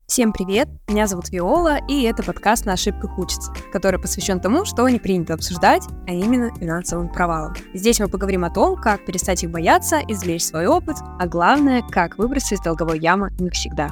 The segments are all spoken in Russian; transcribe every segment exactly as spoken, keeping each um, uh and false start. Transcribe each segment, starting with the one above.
Всем привет, меня зовут Виола, и это подкаст «На ошибках учатся», который посвящен тому, что не принято обсуждать, а именно финансовым провалам. Здесь мы поговорим о том, как перестать их бояться, извлечь свой опыт, а главное, как выбраться из долговой ямы навсегда.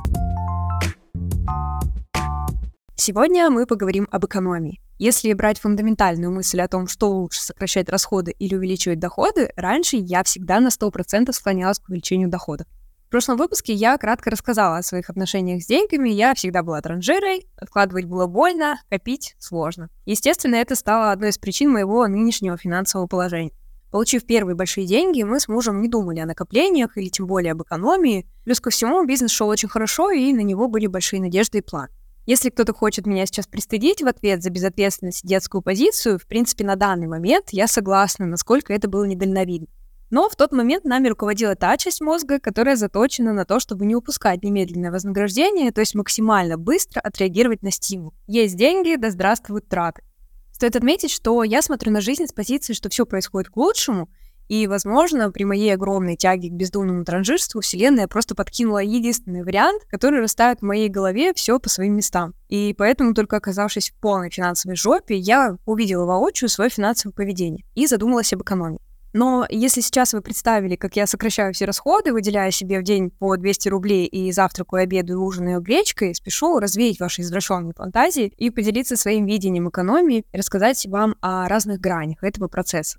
Сегодня мы поговорим об экономии. Если брать фундаментальную мысль о том, что лучше сокращать расходы или увеличивать доходы, раньше я всегда на сто процентов склонялась к увеличению доходов. В прошлом выпуске я кратко рассказала о своих отношениях с деньгами, я всегда была транжирой, откладывать было больно, копить сложно. Естественно, это стало одной из причин моего нынешнего финансового положения. Получив первые большие деньги, мы с мужем не думали о накоплениях или тем более об экономии. Плюс ко всему, бизнес шел очень хорошо, и на него были большие надежды и планы. Если кто-то хочет меня сейчас пристыдить в ответ за безответственность и детскую позицию, в принципе, на данный момент я согласна, насколько это было недальновидно. Но в тот момент нами руководила та часть мозга, которая заточена на то, чтобы не упускать немедленное вознаграждение, то есть максимально быстро отреагировать на стимул. Есть деньги, да здравствуют траты. Стоит отметить, что я смотрю на жизнь с позиции, что все происходит к лучшему, и, возможно, при моей огромной тяге к бездумному транжирству Вселенная просто подкинула единственный вариант, который расставит в моей голове все по своим местам. И поэтому, только оказавшись в полной финансовой жопе, я увидела воочию свое финансовое поведение и задумалась об экономии. Но если сейчас вы представили, как я сокращаю все расходы, выделяя себе в день по двести рублей и завтракаю, обедаю, ужинаю гречкой, спешу развеять ваши извращенные фантазии и поделиться своим видением экономии и рассказать вам о разных гранях этого процесса.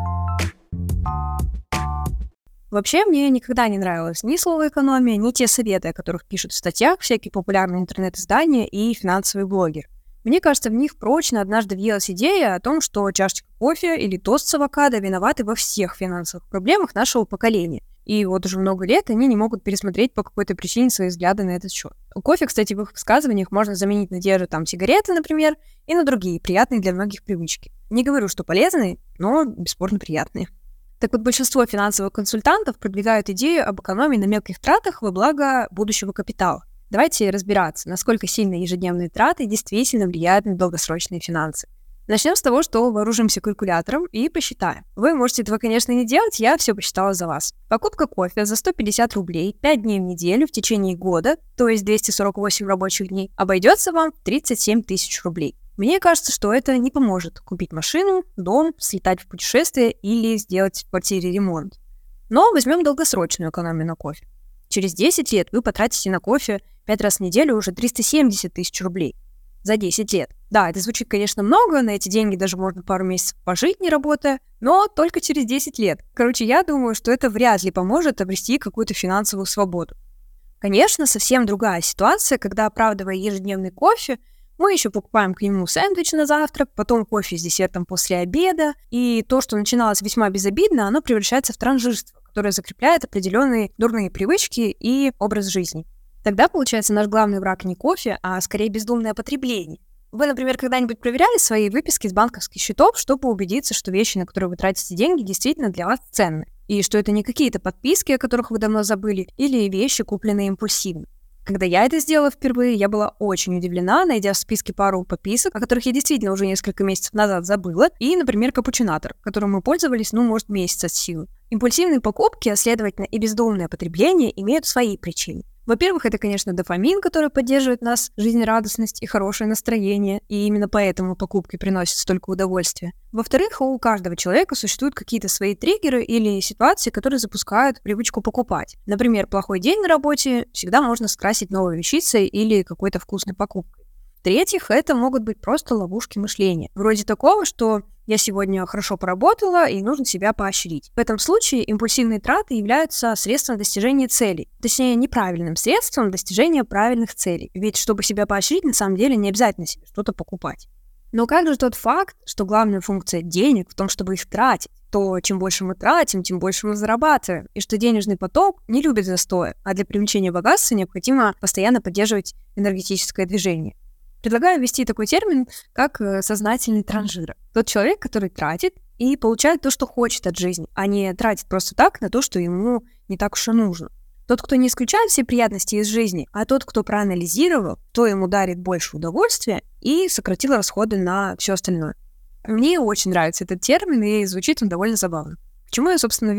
Вообще, мне никогда не нравилось ни слово «экономия», ни те советы, о которых пишут в статьях всякие популярные интернет-издания и финансовые блогеры. Мне кажется, в них прочно однажды въелась идея о том, что чашечка кофе или тост с авокадо виноваты во всех финансовых проблемах нашего поколения. И вот уже много лет они не могут пересмотреть по какой-то причине свои взгляды на этот счет. Кофе, кстати, в их высказываниях можно заменить на те же там сигареты, например, и на другие приятные для многих привычки. Не говорю, что полезные, но бесспорно приятные. Так вот, большинство финансовых консультантов продвигают идею об экономии на мелких тратах во благо будущего капитала. Давайте разбираться, насколько сильно ежедневные траты действительно влияют на долгосрочные финансы. Начнем с того, что вооружимся калькулятором и посчитаем. Вы можете этого, конечно, не делать, я все посчитала за вас. Покупка кофе за сто пятьдесят рублей пять дней в неделю в течение года, то есть двести сорок восемь рабочих дней, обойдется вам в тридцать семь тысяч рублей. Мне кажется, что это не поможет купить машину, дом, слетать в путешествие или сделать в квартире ремонт. Но возьмем долгосрочную экономию на кофе. Через десять лет вы потратите на кофе пять раз в неделю уже триста семьдесят тысяч рублей. За десять лет. Да, это звучит, конечно, много, на эти деньги даже можно пару месяцев пожить, не работая, но только через десять лет. Короче, я думаю, что это вряд ли поможет обрести какую-то финансовую свободу. Конечно, совсем другая ситуация, когда, оправдывая ежедневный кофе, мы еще покупаем к нему сэндвич на завтрак, потом кофе с десертом после обеда, и то, что начиналось весьма безобидно, оно превращается в транжирство, которое закрепляет определенные дурные привычки и образ жизни. Тогда, получается, наш главный враг не кофе, а скорее бездумное потребление. Вы, например, когда-нибудь проверяли свои выписки с банковских счетов, чтобы убедиться, что вещи, на которые вы тратите деньги, действительно для вас ценны, и что это не какие-то подписки, о которых вы давно забыли, или вещи, купленные импульсивно. Когда я это сделала впервые, я была очень удивлена, найдя в списке пару подписок, о которых я действительно уже несколько месяцев назад забыла, и, например, капучинатор, которым мы пользовались, ну, может, месяц от силы. Импульсивные покупки, а следовательно и бездумное потребление, имеют свои причины. Во-первых, это, конечно, дофамин, который поддерживает в нас жизнерадостность и хорошее настроение, и именно поэтому покупки приносят столько удовольствия. Во-вторых, у каждого человека существуют какие-то свои триггеры или ситуации, которые запускают привычку покупать. Например, плохой день на работе всегда можно скрасить новой вещицей или какой-то вкусной покупкой. В-третьих, это могут быть просто ловушки мышления. Вроде такого, что я сегодня хорошо поработала и нужно себя поощрить. В этом случае импульсивные траты являются средством достижения целей. Точнее, неправильным средством достижения правильных целей. Ведь чтобы себя поощрить, на самом деле не обязательно себе что-то покупать. Но как же тот факт, что главная функция денег в том, чтобы их тратить? То чем больше мы тратим, тем больше мы зарабатываем. И что денежный поток не любит застоя, а для привлечения богатства необходимо постоянно поддерживать энергетическое движение. Предлагаю ввести такой термин, как сознательный транжир. Тот человек, который тратит и получает то, что хочет от жизни, а не тратит просто так на то, что ему не так уж и нужно. Тот, кто не исключает все приятности из жизни, а тот, кто проанализировал, то ему дарит больше удовольствия и сократил расходы на все остальное. Мне очень нравится этот термин, и звучит он довольно забавно. К чему я, собственно, веду?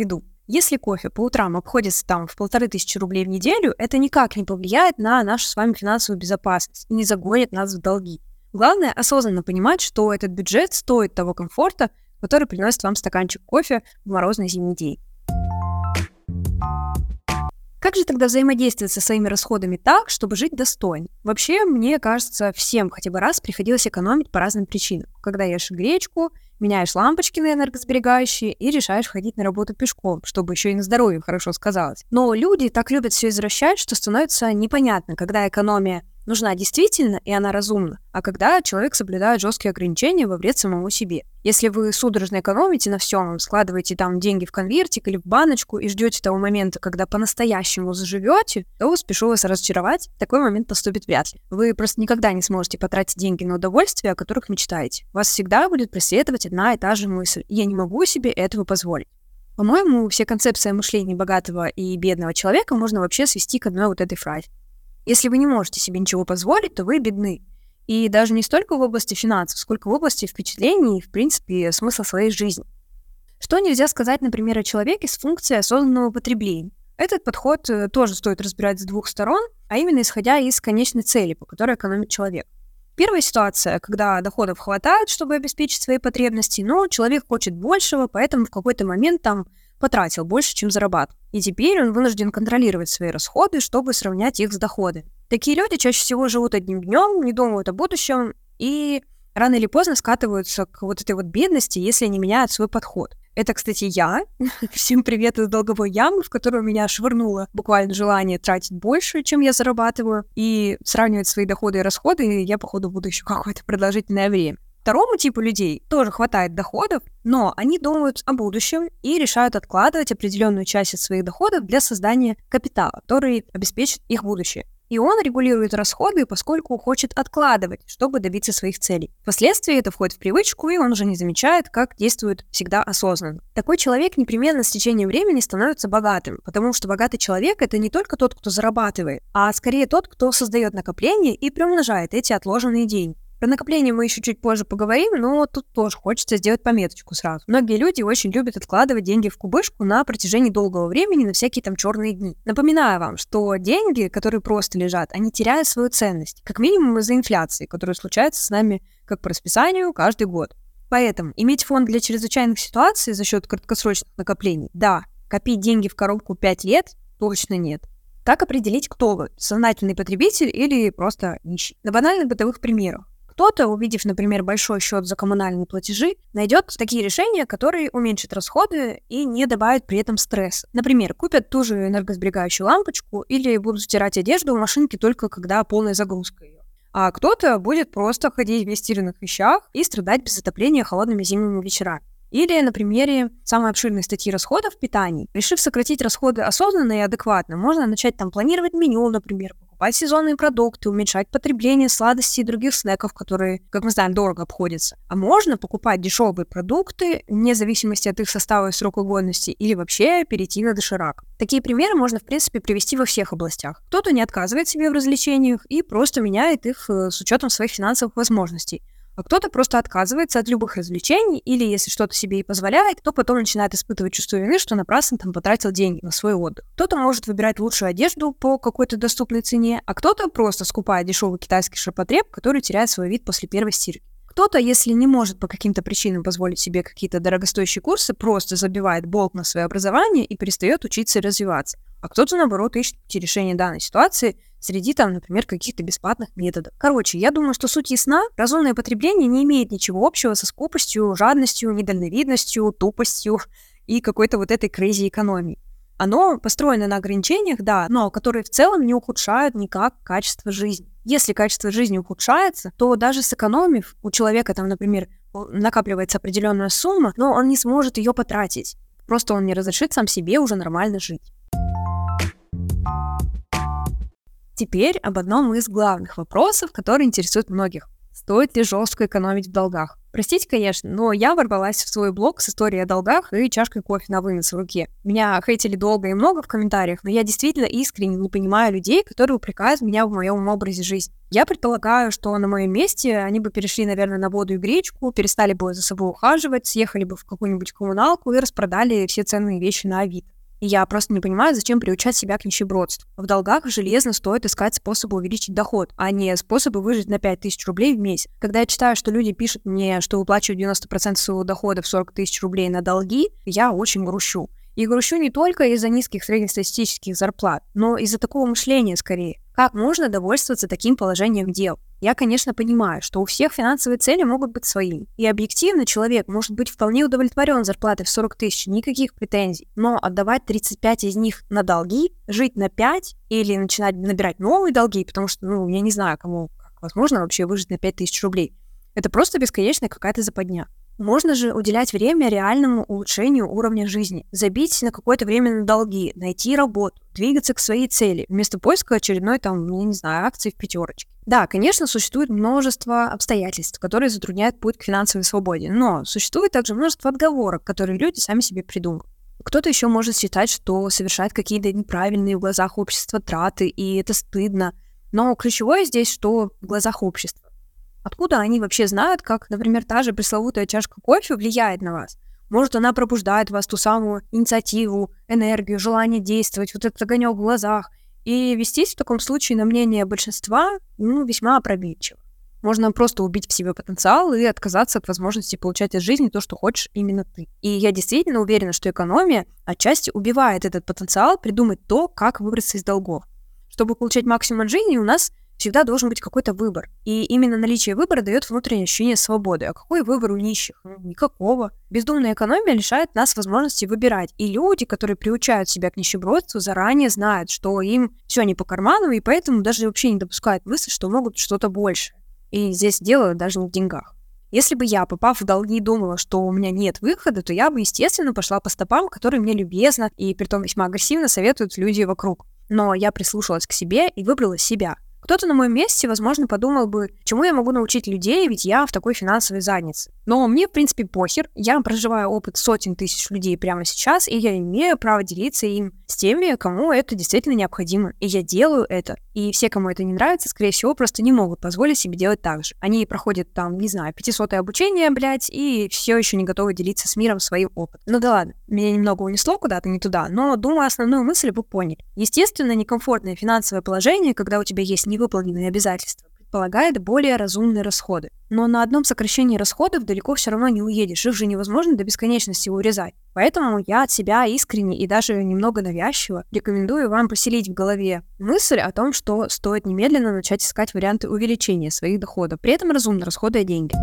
Если кофе по утрам обходится там в полторы тысячи рублей в неделю, это никак не повлияет на нашу с вами финансовую безопасность и не загонит нас в долги. Главное осознанно понимать, что этот бюджет стоит того комфорта, который приносит вам стаканчик кофе в морозный зимний день. Как же тогда взаимодействовать со своими расходами так, чтобы жить достойно? Вообще, мне кажется, всем хотя бы раз приходилось экономить по разным причинам. Когда ешь гречку, меняешь лампочки на энергосберегающие и решаешь ходить на работу пешком, чтобы еще и на здоровье хорошо сказалось. Но люди так любят все извращать, что становится непонятно, когда экономия нужна действительно и она разумна, а когда человек соблюдает жесткие ограничения во вред самому себе. Если вы судорожно экономите на всем, складываете там деньги в конвертик или в баночку и ждете того момента, когда по-настоящему заживете, то спешу вас разочаровать, такой момент наступит вряд ли. Вы просто никогда не сможете потратить деньги на удовольствия, о которых мечтаете. Вас всегда будет преследовать одна и та же мысль: «Я не могу себе этого позволить». По-моему, все концепции мышления богатого и бедного человека можно вообще свести к одной вот этой фразе. Если вы не можете себе ничего позволить, то вы бедны. И даже не столько в области финансов, сколько в области впечатлений и, в принципе, смысла своей жизни. Что нельзя сказать, например, о человеке с функцией осознанного потребления? Этот подход тоже стоит разбирать с двух сторон, а именно исходя из конечной цели, по которой экономит человек. Первая ситуация, когда доходов хватает, чтобы обеспечить свои потребности, но человек хочет большего, поэтому в какой-то момент там потратил больше, чем зарабатывал. И теперь он вынужден контролировать свои расходы, чтобы сравнять их с доходами. Такие люди чаще всего живут одним днем, не думают о будущем и рано или поздно скатываются к вот этой вот бедности, если не меняют свой подход. Это, кстати, я. Всем привет из долговой ямы, в которую меня швырнуло буквально желание тратить больше, чем я зарабатываю, и сравнивать свои доходы и расходы я, походу, буду еще какое-то продолжительное время. Второму типу людей тоже хватает доходов, но они думают о будущем и решают откладывать определенную часть от своих доходов для создания капитала, который обеспечит их будущее. И он регулирует расходы, поскольку хочет откладывать, чтобы добиться своих целей. Впоследствии это входит в привычку, и он уже не замечает, как действует всегда осознанно. Такой человек непременно с течением времени становится богатым, потому что богатый человек — это не только тот, кто зарабатывает, а скорее тот, кто создает накопления и приумножает эти отложенные деньги. Про накопление мы еще чуть позже поговорим, но тут тоже хочется сделать пометочку сразу. Многие люди очень любят откладывать деньги в кубышку на протяжении долгого времени на всякие там черные дни. Напоминаю вам, что деньги, которые просто лежат, они теряют свою ценность, как минимум из-за инфляции, которая случается с нами как по расписанию каждый год. Поэтому иметь фонд для чрезвычайных ситуаций за счет краткосрочных накоплений — да. Копить деньги в коробку пять лет — точно нет. Как определить, кто вы — сознательный потребитель или просто нищий? На банальных бытовых примерах. Кто-то, увидев, например, большой счет за коммунальные платежи, найдет такие решения, которые уменьшат расходы и не добавят при этом стресса. Например, купят ту же энергосберегающую лампочку или будут стирать одежду в машинке только когда полная загрузка ее. А кто-то будет просто ходить в нестиранных вещах и страдать без отопления холодными зимними вечерами. Или на примере самой обширной статьи расходов в питании. Решив сократить расходы осознанно и адекватно, можно начать там планировать меню, например, покупать сезонные продукты, уменьшать потребление сладостей и других снеков, которые, как мы знаем, дорого обходятся. А можно покупать дешевые продукты, вне зависимости от их состава и срока годности, или вообще перейти на доширак. Такие примеры можно, в принципе, привести во всех областях. Кто-то не отказывает себе в развлечениях и просто меняет их с учетом своих финансовых возможностей. А кто-то просто отказывается от любых развлечений, или если что-то себе и позволяет, то потом начинает испытывать чувство вины, что напрасно там потратил деньги на свой отдых. Кто-то может выбирать лучшую одежду по какой-то доступной цене, а кто-то просто скупает дешевый китайский ширпотреб, который теряет свой вид после первой стирки. Кто-то, если не может по каким-то причинам позволить себе какие-то дорогостоящие курсы, просто забивает болт на свое образование и перестает учиться и развиваться. А кто-то, наоборот, ищет пути решения данной ситуации среди, там, например, каких-то бесплатных методов. Короче, я думаю, что суть ясна. Разумное потребление не имеет ничего общего со скупостью, жадностью, недальновидностью, тупостью и какой-то вот этой crazy экономией. Оно построено на ограничениях, да, но которые в целом не ухудшают никак качество жизни. Если качество жизни ухудшается, то даже сэкономив, у человека там, например, накапливается определенная сумма, но он не сможет ее потратить. Просто он не разрешит сам себе уже нормально жить. Теперь об одном из главных вопросов, который интересует многих. Стоит ли жестко экономить в долгах? Простите, конечно, но я ворвалась в свой блог с историей о долгах и чашкой кофе на вынос в руке. Меня хейтили долго и много в комментариях, но я действительно искренне не понимаю людей, которые упрекают меня в моем образе жизни. Я предполагаю, что на моем месте они бы перешли, наверное, на воду и гречку, перестали бы за собой ухаживать, съехали бы в какую-нибудь коммуналку и распродали все ценные вещи на Авито. И я просто не понимаю, зачем приучать себя к нищебродству. В долгах железно стоит искать способы увеличить доход, а не способы выжить на пять тысяч рублей в месяц. Когда я читаю, что люди пишут мне, что выплачивают девяносто процентов своего дохода в сорок тысяч рублей на долги, я очень грущу. И грущу не только из-за низких среднестатистических зарплат, но из-за такого мышления скорее. Как можно довольствоваться таким положением дел? Я, конечно, понимаю, что у всех финансовые цели могут быть своими. И объективно человек может быть вполне удовлетворен зарплатой в сорок тысяч, никаких претензий. Но отдавать тридцать пять из них на долги, жить на пять или начинать набирать новые долги, потому что, ну, я не знаю, кому как возможно вообще выжить на пять тысяч рублей. Это просто бесконечная какая-то западня. Можно же уделять время реальному улучшению уровня жизни, забить на какое-то время на долги, найти работу, двигаться к своей цели, вместо поиска очередной, там, я не знаю, акции в пятерочке. Да, конечно, существует множество обстоятельств, которые затрудняют путь к финансовой свободе, но существует также множество отговорок, которые люди сами себе придумывают. Кто-то еще может считать, что совершает какие-то неправильные в глазах общества траты, и это стыдно. Но ключевое здесь, что в глазах общества. Откуда они вообще знают, как, например, та же пресловутая чашка кофе влияет на вас? Может, она пробуждает в вас ту самую инициативу, энергию, желание действовать, вот этот огонек в глазах. И вестись в таком случае на мнение большинства, ну, весьма опрометчиво. Можно просто убить в себе потенциал и отказаться от возможности получать от жизни то, что хочешь именно ты. И я действительно уверена, что экономия отчасти убивает этот потенциал придумать то, как выбраться из долгов. Чтобы получать максимум от жизни, у нас всегда должен быть какой-то выбор. И именно наличие выбора дает внутреннее ощущение свободы. А какой выбор у нищих? Ну, никакого. Бездумная экономия лишает нас возможности выбирать. И люди, которые приучают себя к нищебродству, заранее знают, что им все не по карману, и поэтому даже вообще не допускают мысли, что могут что-то большее. И здесь дело даже не в деньгах. Если бы я, попав в долги, думала, что у меня нет выхода, то я бы, естественно, пошла по стопам, которые мне любезно и притом весьма агрессивно советуют люди вокруг. Но я прислушалась к себе и выбрала себя. Кто-то на моем месте, возможно, подумал бы, чему я могу научить людей, ведь я в такой финансовой заднице. Но мне, в принципе, похер. Я проживаю опыт сотен тысяч людей прямо сейчас, и я имею право делиться им с теми, кому это действительно необходимо. И я делаю это. И все, кому это не нравится, скорее всего, просто не могут позволить себе делать так же. Они проходят там, не знаю, пятисотое обучение, блядь, и все еще не готовы делиться с миром своим опытом. Ну да ладно, меня немного унесло куда-то не туда, но, думаю, основную мысль вы поняли. Естественно, некомфортное финансовое положение, когда у тебя есть невыполненные обязательства, предполагает более разумные расходы. Но на одном сокращении расходов далеко все равно не уедешь, их же невозможно до бесконечности урезать. Поэтому я от себя искренне и даже немного навязчиво рекомендую вам поселить в голове мысль о том, что стоит немедленно начать искать варианты увеличения своих доходов, при этом разумно расходуя деньги.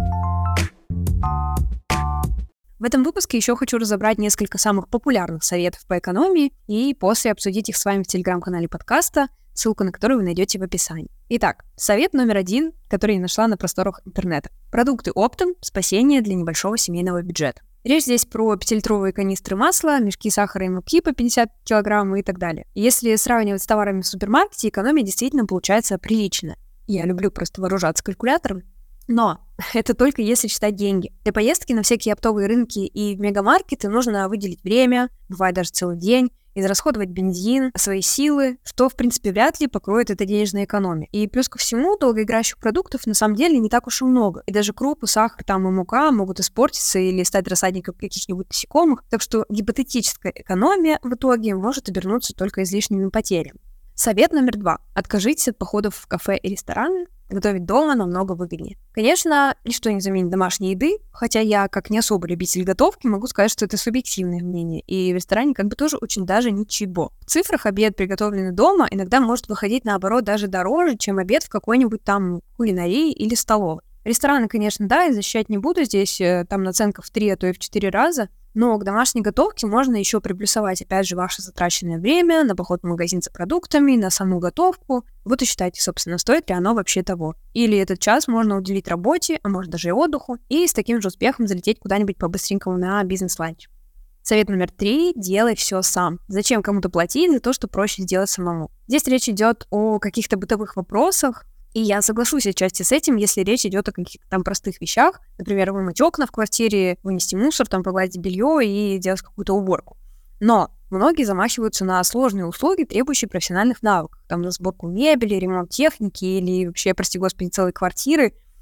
В этом выпуске еще хочу разобрать несколько самых популярных советов по экономии и после обсудить их с вами в телеграм-канале подкаста, ссылку на который вы найдете в описании. Итак, совет номер один, который я нашла на просторах интернета. Продукты оптом – спасение для небольшого семейного бюджета. Речь здесь про пятилитровые канистры масла, мешки сахара и муки по пятьдесят килограмм и так далее. Если сравнивать с товарами в супермаркете, экономия действительно получается приличная. Я люблю просто вооружаться калькулятором. Но это только если считать деньги. Для поездки на всякие оптовые рынки и в мегамаркеты нужно выделить время, бывает даже целый день, израсходовать бензин, свои силы, что, в принципе, вряд ли покроет эта денежная экономия. И плюс ко всему, долгоиграющих продуктов на самом деле не так уж и много. И даже крупы, сахар там и мука могут испортиться или стать рассадником каких-нибудь насекомых. Так что гипотетическая экономия в итоге может обернуться только излишними потерями. Совет номер два. Откажитесь от походов в кафе и рестораны. Готовить дома намного выгоднее. Конечно, ничто не заменит домашней еды, хотя я, как не особо любитель готовки, могу сказать, что это субъективное мнение, и в ресторане как бы тоже очень даже ничего. В цифрах обед, приготовленный дома, иногда может выходить, наоборот, даже дороже, чем обед в какой-нибудь там кулинарии или столовой. Рестораны, конечно, да, и защищать не буду, здесь там наценка в три, а то и в четыре раза, но к домашней готовке можно еще приплюсовать, опять же, ваше затраченное время на поход в магазин за продуктами, на саму готовку. Вот и считайте, собственно, стоит ли оно вообще того. Или этот час можно уделить работе, а может даже и отдыху, и с таким же успехом залететь куда-нибудь по-быстренькому на бизнес-ланч. Совет номер три. Делай все сам. Зачем кому-то платить за то, что проще сделать самому? Здесь речь идет о каких-то бытовых вопросах, и я соглашусь отчасти с этим, если речь идет о каких-то там простых вещах, например, вымыть окна в квартире, вынести мусор, там погладить белье и делать какую-то уборку. Но многие замахиваются на сложные услуги, требующие профессиональных навыков, там на сборку мебели, ремонт техники или вообще, прости господи, целой квартиры.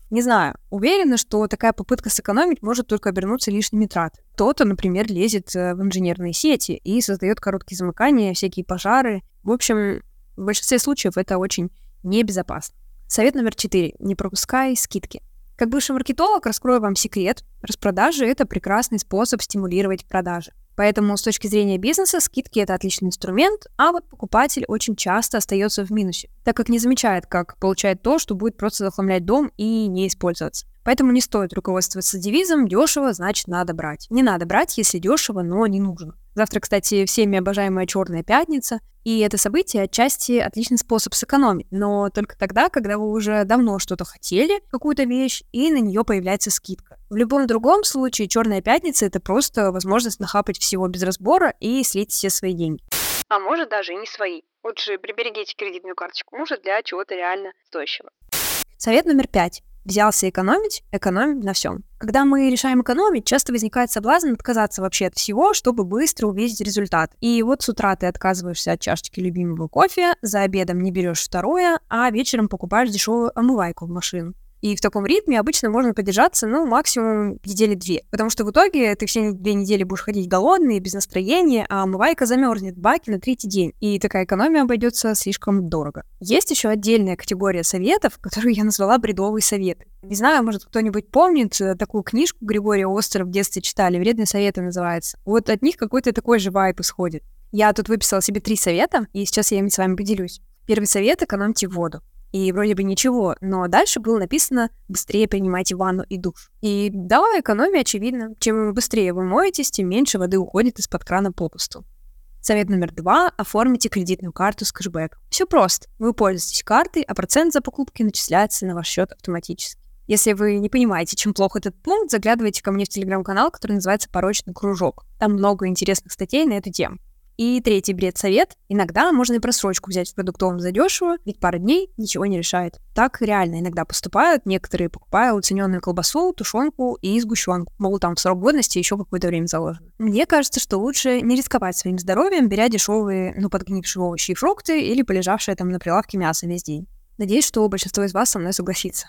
Не знаю, уверена, что такая попытка сэкономить может только обернуться лишними тратами. Кто-то, например, лезет в инженерные сети и создает короткие замыкания, всякие пожары. В общем, в большинстве случаев это очень небезопасно. Совет номер четыре. Не пропускай скидки. Как бывший маркетолог раскрою вам секрет. Распродажи — это прекрасный способ стимулировать продажи. Поэтому с точки зрения бизнеса скидки — это отличный инструмент, а вот покупатель очень часто остается в минусе, так как не замечает, как получает то, что будет просто захламлять дом и не использоваться. Поэтому не стоит руководствоваться девизом «дешево, значит, надо брать». Не надо брать, если дешево, но не нужно. Завтра, кстати, всеми обожаемая Черная пятница, и это событие отчасти отличный способ сэкономить, но только тогда, когда вы уже давно что-то хотели, какую-то вещь, и на нее появляется скидка. В любом другом случае Черная пятница — это просто возможность нахапать всего без разбора и слить все свои деньги. А может, даже и не свои. Лучше приберегите кредитную карточку мужа для чего-то реально стоящего. Совет номер пять. Взялся экономить, экономим на всем. Когда мы решаем экономить, часто возникает соблазн отказаться вообще от всего, чтобы быстро увидеть результат. И вот с утра ты отказываешься от чашечки любимого кофе, за обедом не берешь второе, а вечером покупаешь дешевую омывайку в машину. И в таком ритме обычно можно подержаться, ну, максимум недели две. Потому что в итоге ты все две недели будешь ходить голодный, без настроения, а омывайка замерзнет в баке на третий день. И такая экономия обойдется слишком дорого. Есть еще отдельная категория советов, которую я назвала бредовые советы. Не знаю, может, кто-нибудь помнит такую книжку Григория Остера в детстве читали, «Вредные советы» называется. Вот от них какой-то такой же вайб исходит. Я тут выписала себе три совета, и сейчас я ими с вами поделюсь. Первый совет — экономьте воду. И вроде бы ничего, но дальше было написано «быстрее принимайте ванну и душ». И да, экономия очевидна. Чем быстрее вы моетесь, тем меньше воды уходит из-под крана попусту. Совет номер два. Оформите кредитную карту с кэшбэком. Все просто. Вы пользуетесь картой, а процент за покупки начисляется на ваш счет автоматически. Если вы не понимаете, чем плох этот пункт, заглядывайте ко мне в телеграм-канал, который называется «Порочный кружок». Там много интересных статей на эту тему. И третий бред-совет. Иногда можно и просрочку взять в продуктовом задешево, ведь пара дней ничего не решает. Так реально иногда поступают. Некоторые покупают уцененную колбасу, тушенку и сгущенку. Мол, там в срок годности еще какое-то время заложено. Мне кажется, что лучше не рисковать своим здоровьем, беря дешевые, ну, подгнившие овощи и фрукты или полежавшие там на прилавке мясо весь день. Надеюсь, что большинство из вас со мной согласится.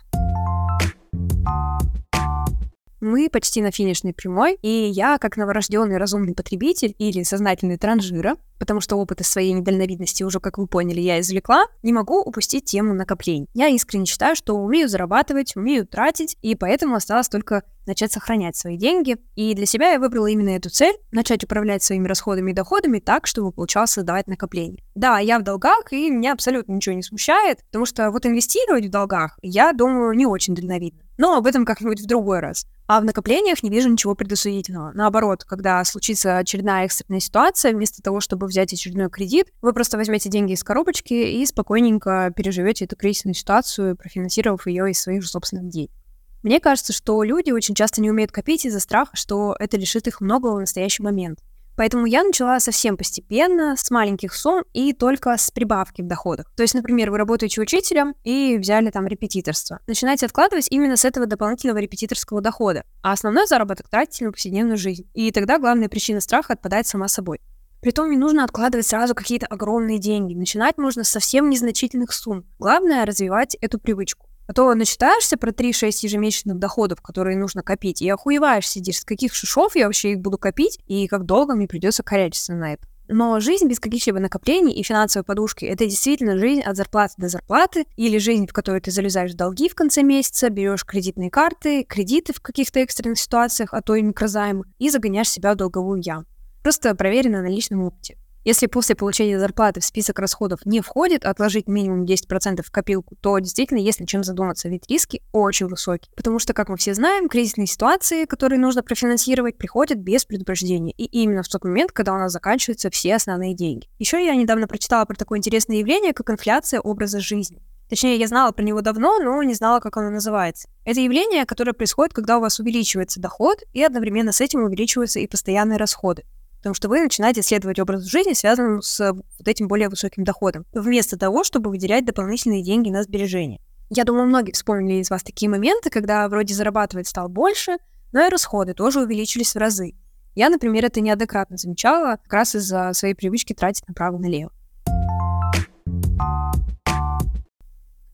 Мы почти на финишной прямой, и я, как новорожденный разумный потребитель или сознательный транжира, потому что опыт из своей недальновидности уже, как вы поняли, я извлекла, не могу упустить тему накоплений. Я искренне считаю, что умею зарабатывать, умею тратить, и поэтому осталось только начать сохранять свои деньги. И для себя я выбрала именно эту цель — начать управлять своими расходами и доходами так, чтобы получалось создавать накопления. Да, я в долгах, и меня абсолютно ничего не смущает, потому что вот инвестировать в долгах, я думаю, не очень дальновидно. Но об этом как-нибудь в другой раз. А в накоплениях не вижу ничего предосудительного. Наоборот, когда случится очередная экстренная ситуация, вместо того, чтобы взять очередной кредит, вы просто возьмете деньги из коробочки и спокойненько переживете эту кризисную ситуацию, профинансировав ее из своих же собственных денег. Мне кажется, что люди очень часто не умеют копить из-за страха, что это лишит их многого в настоящий момент. Поэтому я начала совсем постепенно, с маленьких сумм и только с прибавки в доходах. То есть, например, вы работаете учителем и взяли там репетиторство. Начинайте откладывать именно с этого дополнительного репетиторского дохода, а основной заработок тратите на повседневную жизнь. И тогда главная причина страха отпадает сама собой. Притом не нужно откладывать сразу какие-то огромные деньги. Начинать можно с совсем незначительных сумм. Главное — развивать эту привычку. А то начитаешься про три-шесть ежемесячных доходов, которые нужно копить, и охуеваешь, сидишь, с каких шишов я вообще их буду копить, и как долго мне придется корячиться на это. Но жизнь без каких-либо накоплений и финансовой подушки — это действительно жизнь от зарплаты до зарплаты, или жизнь, в которой ты залезаешь в долги в конце месяца, берешь кредитные карты, кредиты в каких-то экстренных ситуациях, а то и микрозаймы, и загоняешь себя в долговую яму. Просто проверено на личном опыте. Если после получения зарплаты в список расходов не входит отложить минимум десять процентов в копилку, то действительно есть над чем задуматься, ведь риски очень высокие. Потому что, как мы все знаем, кризисные ситуации, которые нужно профинансировать, приходят без предупреждения. И именно в тот момент, когда у нас заканчиваются все основные деньги. Еще я недавно прочитала про такое интересное явление, как инфляция образа жизни. Точнее, я знала про него давно, но не знала, как оно называется. Это явление, которое происходит, когда у вас увеличивается доход, и одновременно с этим увеличиваются и постоянные расходы. Потому что вы начинаете исследовать образ жизни, связанный с вот этим более высоким доходом, вместо того, чтобы выделять дополнительные деньги на сбережения. Я думаю, многие вспомнили из вас такие моменты, когда вроде зарабатывать стало больше, но и расходы тоже увеличились в разы. Я, например, это неоднократно замечала, как раз из-за своей привычки тратить направо-налево.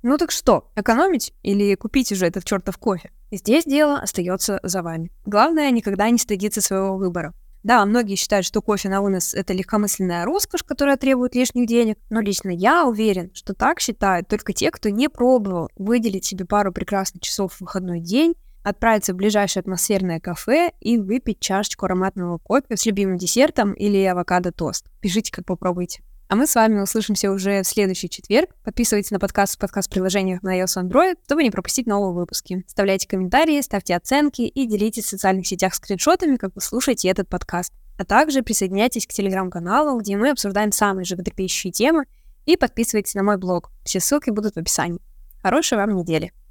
Ну так что, экономить или купить уже этот чертов кофе? Здесь дело остается за вами. Главное, никогда не стыдиться своего выбора. Да, многие считают, что кофе на вынос — это легкомысленная роскошь, которая требует лишних денег, но лично я уверен, что так считают только те, кто не пробовал выделить себе пару прекрасных часов в выходной день, отправиться в ближайшее атмосферное кафе и выпить чашечку ароматного кофе с любимым десертом или авокадо-тост. Пишите, как попробуйте. А мы с вами услышимся уже в следующий четверг. Подписывайтесь на подкаст в подкаст-приложениях на iOS и Android, чтобы не пропустить новые выпуски. Оставляйте комментарии, ставьте оценки и делитесь в социальных сетях скриншотами, как вы слушаете этот подкаст. А также присоединяйтесь к телеграм-каналу, где мы обсуждаем самые животрепещущие темы, и подписывайтесь на мой блог. Все ссылки будут в описании. Хорошей вам недели!